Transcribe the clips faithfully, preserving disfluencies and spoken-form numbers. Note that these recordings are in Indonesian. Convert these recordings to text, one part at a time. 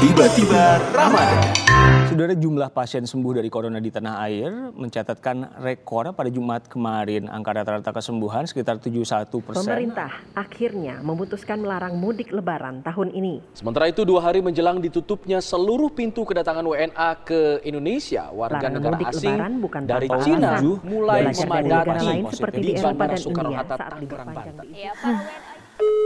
Tiba-tiba Ramadan. Saudara, jumlah pasien sembuh dari corona di tanah air mencatatkan rekor pada Jumat kemarin. Angka rata-rata kesembuhan sekitar tujuh puluh satu persen. Pemerintah akhirnya memutuskan melarang mudik lebaran tahun ini. Sementara itu, dua hari menjelang ditutupnya seluruh pintu kedatangan W N A ke Indonesia, warga Larangan negara mudik asing lebaran bukan dari tanpa Cina alasan. mulai Belajar dari negara memadati lain seperti di di Eropa Bandara dan Soekarno India Hatta, saat libur Tangerang, panjang Banten. di Iya, Pak W N A.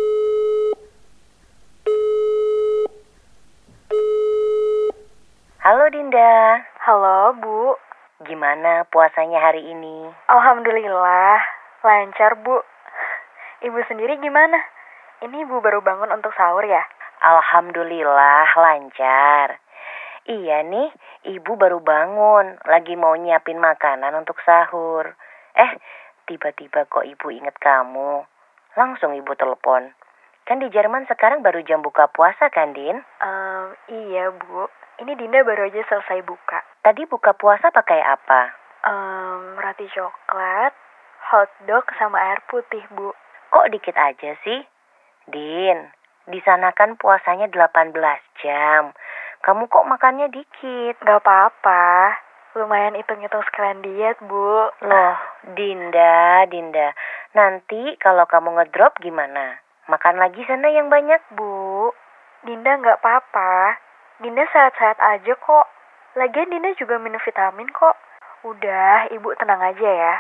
Halo Dinda. Halo Bu, Gimana puasanya hari ini? Alhamdulillah lancar Bu. Ibu sendiri gimana? Ini Ibu baru bangun untuk sahur ya? Alhamdulillah lancar. Iya nih, ibu baru bangun, lagi mau nyiapin makanan untuk sahur. Eh, tiba-tiba kok ibu inget kamu. Langsung ibu telepon. Kan di Jerman sekarang baru jam buka puasa kan, Din? Um, iya Bu, ini Dinda baru aja selesai buka. Tadi buka puasa pakai apa? Um, roti coklat, hotdog sama air putih Bu. Kok dikit aja sih? Din, di sana kan puasanya delapan belas jam. Kamu kok makannya dikit? Gak apa-apa, lumayan hitung-hitung sekalian diet Bu. Loh, Dinda, Dinda. Nanti kalau kamu ngedrop gimana? Makan lagi sana yang banyak. Bu, Dinda gak apa-apa. Dinda sehat-sehat aja kok. Lagian Dinda juga minum vitamin kok. Udah, Ibu tenang aja ya.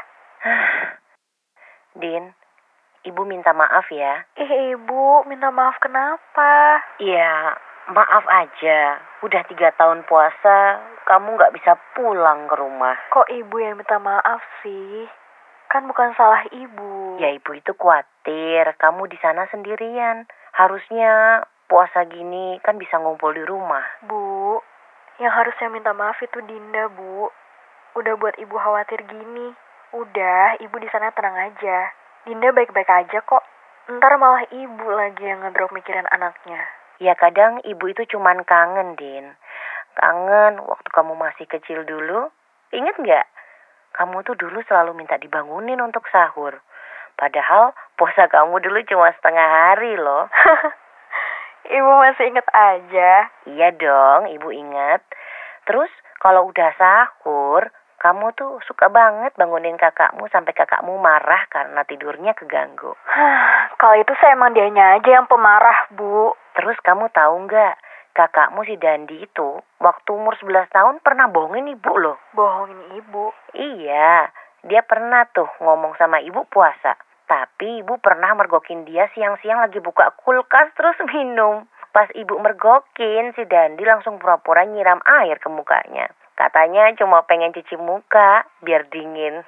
Din, Ibu minta maaf ya. Ih Ibu, minta maaf kenapa? Iya, maaf aja. Udah tiga tahun puasa, kamu gak bisa pulang ke rumah. Kok Ibu yang minta maaf sih? Kan bukan salah Ibu. Ya Ibu itu khawatir, kamu di sana sendirian. Harusnya puasa gini kan bisa ngumpul di rumah. Bu, yang harusnya minta maaf itu Dinda, Bu. Udah buat Ibu khawatir gini. Udah, Ibu di sana tenang aja. Dinda baik-baik aja kok. Ntar malah Ibu lagi yang ngedrop mikirin anaknya. Ya kadang Ibu itu cuman kangen, Din. Kangen waktu kamu masih kecil dulu. Ingat nggak? Kamu tuh dulu selalu minta dibangunin untuk sahur. Padahal puasa kamu dulu cuma setengah hari loh. Ibu masih inget aja. Iya dong, Ibu ingat. Terus kalau udah sahur, kamu tuh suka banget bangunin kakakmu sampai kakakmu marah karena tidurnya keganggu. Kalau itu saya emang dianya aja yang pemarah, Bu. Terus kamu tahu nggak, kakakmu si Dandi itu waktu umur sebelas tahun pernah bohongin ibu loh. Bohongin Ibu? Iya, dia pernah tuh ngomong sama ibu puasa. Tapi ibu pernah mergokin dia siang-siang lagi buka kulkas terus minum. Pas ibu mergokin, si Dandi langsung pura-pura nyiram air ke mukanya. Katanya cuma pengen cuci muka biar dingin.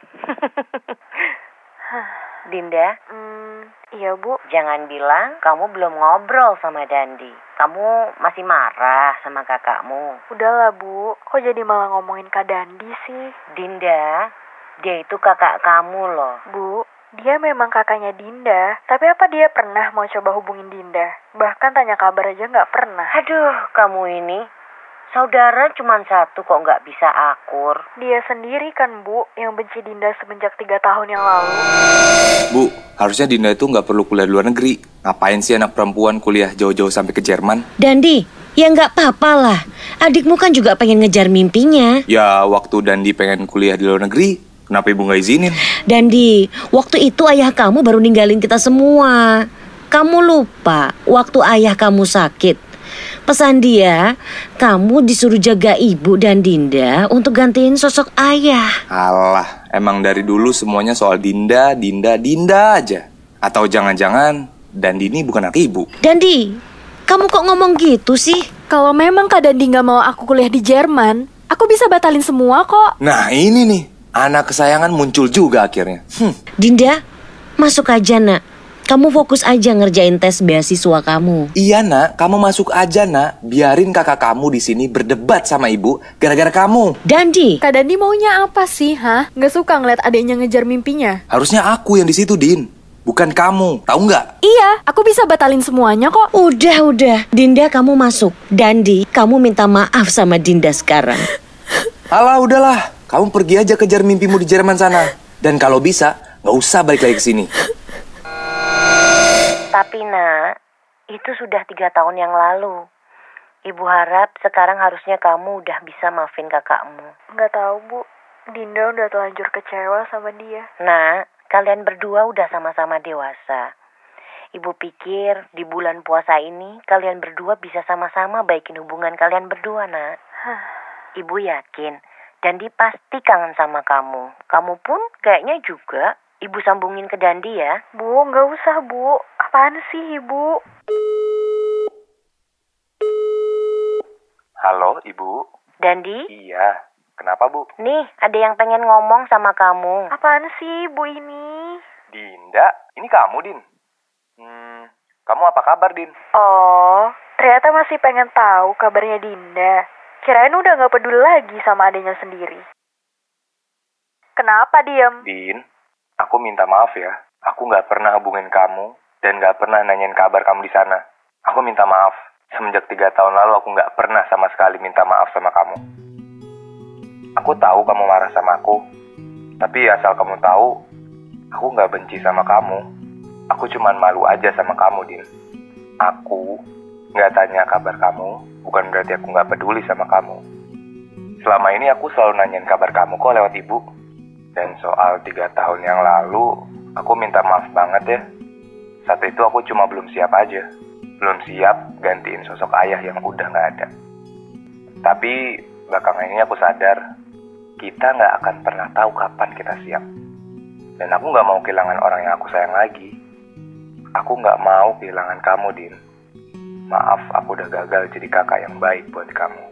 Dinda, Hmm, iya Bu. jangan bilang kamu belum ngobrol sama Dandi. Kamu masih marah sama kakakmu. Udahlah Bu, kok jadi malah ngomongin Kak Dandi sih? Dinda, dia itu kakak kamu loh. Bu, dia memang kakaknya Dinda. Tapi apa dia pernah mau coba hubungin Dinda? Bahkan tanya kabar aja nggak pernah. Aduh, kamu ini saudara cuma satu kok nggak bisa akur. Dia sendiri kan Bu, yang benci Dinda semenjak tiga tahun yang lalu. Bu, harusnya Dinda itu nggak perlu kuliah di luar negeri. Ngapain sih anak perempuan kuliah jauh-jauh sampai ke Jerman? Dandi, ya nggak apa-apa lah. Adikmu kan juga pengen ngejar mimpinya. Ya, waktu Dandi pengen kuliah di luar negeri, kenapa ibu nggak izinin? Dandi, waktu itu ayah kamu baru ninggalin kita semua. Kamu lupa waktu ayah kamu sakit. Pesan dia, kamu disuruh jaga ibu dan Dinda untuk gantiin sosok ayah. Alah, emang dari dulu semuanya soal Dinda, Dinda, Dinda aja. Atau jangan-jangan Dandi ini bukan anak ibu? Dandi, kamu kok ngomong gitu sih? Kalau memang Kak Dandi nggak mau aku kuliah di Jerman, aku bisa batalin semua kok. Nah ini nih, anak kesayangan muncul juga akhirnya. Hmm. Dinda, masuk aja nak. Kamu fokus aja ngerjain tes beasiswa kamu. Iya nak, kamu masuk aja nak. Biarin kakak kamu di sini berdebat sama ibu gara-gara kamu. Dandi, Kak Dandi maunya apa sih, hah? Nggak suka ngeliat adiknya ngejar mimpinya? Harusnya aku yang di situ, Din. Bukan kamu, tahu nggak? Iya, aku bisa batalin semuanya kok. udah udah. Dinda kamu masuk. Dandi, kamu minta maaf sama Dinda sekarang. Alah udahlah, kamu pergi aja kejar mimpimu di Jerman sana. Dan kalau bisa, nggak usah balik lagi ke sini. Tapi nak, itu sudah tiga tahun yang lalu. Ibu harap sekarang harusnya kamu udah bisa maafin kakakmu. Nggak tahu, Bu. Dinda udah terlanjur kecewa sama dia. Nah, kalian berdua udah sama-sama dewasa. Ibu pikir di bulan puasa ini kalian berdua bisa sama-sama baikin hubungan kalian berdua, Nak. Ibu yakin Dandi pasti kangen sama kamu. Kamu pun kayaknya juga. Ibu sambungin ke Dandi ya. Bu, nggak usah, Bu. Apaan sih, Ibu? Halo, Ibu. Dandi? Iya. Kenapa, Bu? Nih, ada yang pengen ngomong sama kamu. Apaan sih, Bu ini? Dinda, ini kamu, Din. Hmm, kamu apa kabar, Din? Oh, ternyata masih pengen tahu kabarnya Dinda. Kirain udah nggak peduli lagi sama adanya sendiri. Kenapa diem? Din, aku minta maaf ya. Aku nggak pernah hubungin kamu dan nggak pernah nanyain kabar kamu di sana. Aku minta maaf. Semenjak tiga tahun lalu aku nggak pernah sama sekali minta maaf sama kamu. Aku tahu kamu marah sama aku, tapi asal kamu tahu, aku nggak benci sama kamu. Aku cuman malu aja sama kamu, Din. Aku nggak tanya kabar kamu, bukan berarti aku nggak peduli sama kamu. Selama ini aku selalu nanyain kabar kamu kok lewat ibu. Dan soal tiga tahun yang lalu, aku minta maaf banget ya. Saat itu aku cuma belum siap aja. Belum siap gantiin sosok ayah yang udah nggak ada. Tapi belakangan ini aku sadar, kita nggak akan pernah tahu kapan kita siap. Dan aku nggak mau kehilangan orang yang aku sayang lagi. Aku nggak mau kehilangan kamu, Din. Maaf, aku udah gagal jadi kakak yang baik buat kamu.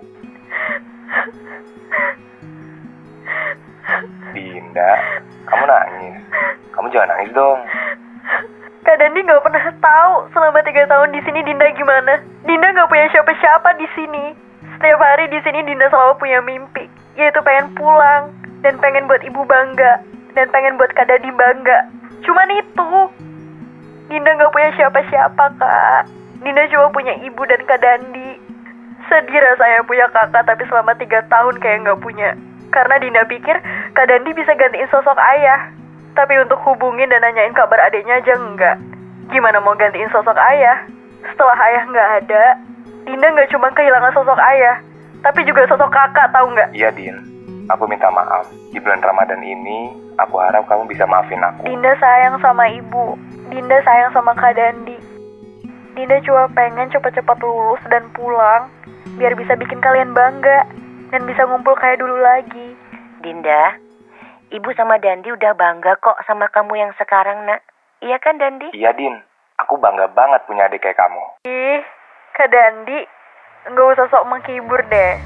Dinda, kamu nangis. Kamu jangan nangis dong. Kak Dandi nggak pernah tahu selama tiga tahun di sini Dinda gimana. Dinda nggak punya siapa-siapa di sini. Setiap hari di sini Dinda selalu punya mimpi, yaitu pengen pulang dan pengen buat ibu bangga dan pengen buat Kak Dandi bangga. Cuman itu, Dinda nggak punya siapa-siapa, Kak. Dinda cuma punya ibu dan Kak Dandi. Sedih rasanya punya kakak tapi selama tiga tahun kayak nggak punya. Karena Dinda pikir Kak Dandi bisa gantiin sosok ayah. Tapi untuk hubungin dan nanyain kabar adiknya aja enggak. Gimana mau gantiin sosok ayah? Setelah ayah nggak ada, Dinda nggak cuma kehilangan sosok ayah, tapi juga sosok kakak, tahu nggak? Iya, Din. Aku minta maaf. Di bulan Ramadan ini, aku harap kamu bisa maafin aku. Dinda sayang sama ibu. Dinda sayang sama Kak Dandi. Dinda cuma pengen cepet-cepet lulus dan pulang, biar bisa bikin kalian bangga dan bisa ngumpul kayak dulu lagi. Dinda, Ibu sama Dandi udah bangga kok sama kamu yang sekarang, Nak. Iya kan, Dandi? Iya, Din. Aku bangga banget punya adik kayak kamu. Ih, Kak Dandi, nggak usah sok menghibur deh.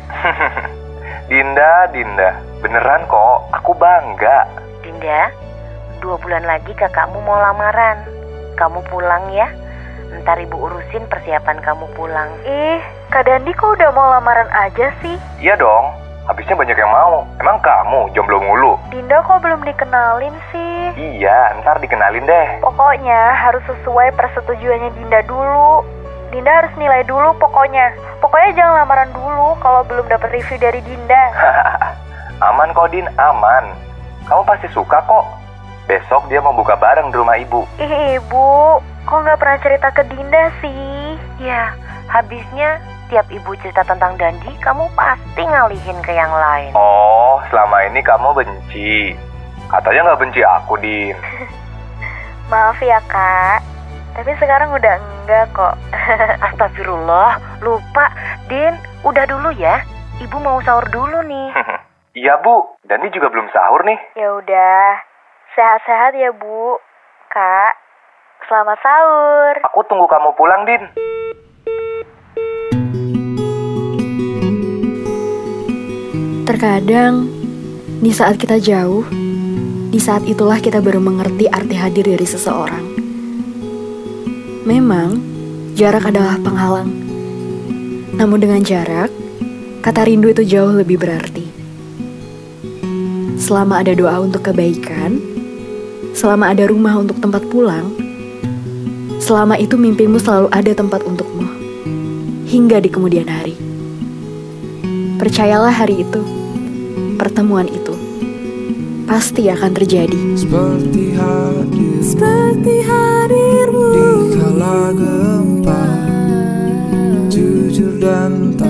Dinda, Dinda. Beneran kok, aku bangga. Dinda, dua bulan lagi kakakmu mau lamaran. Kamu pulang ya. Ntar ibu urusin persiapan kamu pulang. Ih, Kak Dandi kok udah mau lamaran aja sih? Iya dong. Habisnya banyak yang mau. Emang kamu jomblo mulu? Dinda kok belum dikenalin sih? Iya, ntar dikenalin deh. Pokoknya harus sesuai persetujuannya Dinda dulu. Dinda harus nilai dulu pokoknya. Pokoknya jangan lamaran dulu kalau belum dapat review dari Dinda. Aman kok, Din, aman. Kamu pasti suka kok. Besok dia mau buka bareng di rumah ibu. Ih, ibu, kok nggak pernah cerita ke Dinda sih? Ya, habisnya tiap ibu cerita tentang Dandi, kamu pasti ngalihin ke yang lain. Oh, selama ini kamu benci. Katanya nggak benci aku, Din. Maaf ya, Kak. Tapi sekarang udah enggak kok. Astagfirullah, lupa. Din, udah dulu ya. Ibu mau sahur dulu nih. Iya, Bu. Dandi juga belum sahur nih. Ya udah. Sehat-sehat ya, Bu. Kak, selamat sahur. Aku tunggu kamu pulang, Din. Terkadang, di saat kita jauh, di saat itulah kita baru mengerti arti hadir dari seseorang. Memang, jarak adalah penghalang. Namun dengan jarak, kata rindu itu jauh lebih berarti. Selama ada doa untuk kebaikan, selama ada rumah untuk tempat pulang, selama itu mimpimu selalu ada tempat untukmu, hingga di kemudian hari. Percayalah hari itu, pertemuan itu, pasti akan terjadi. Seperti hadir, seperti hadirmu di kala gempa, jujur dan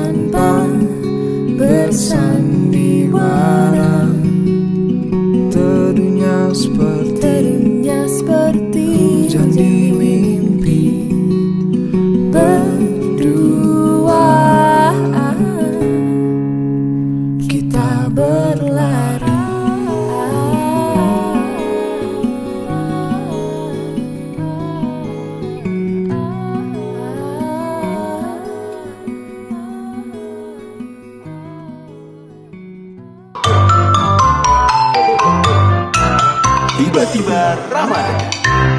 kita berlari. Tiba-tiba Ramadan.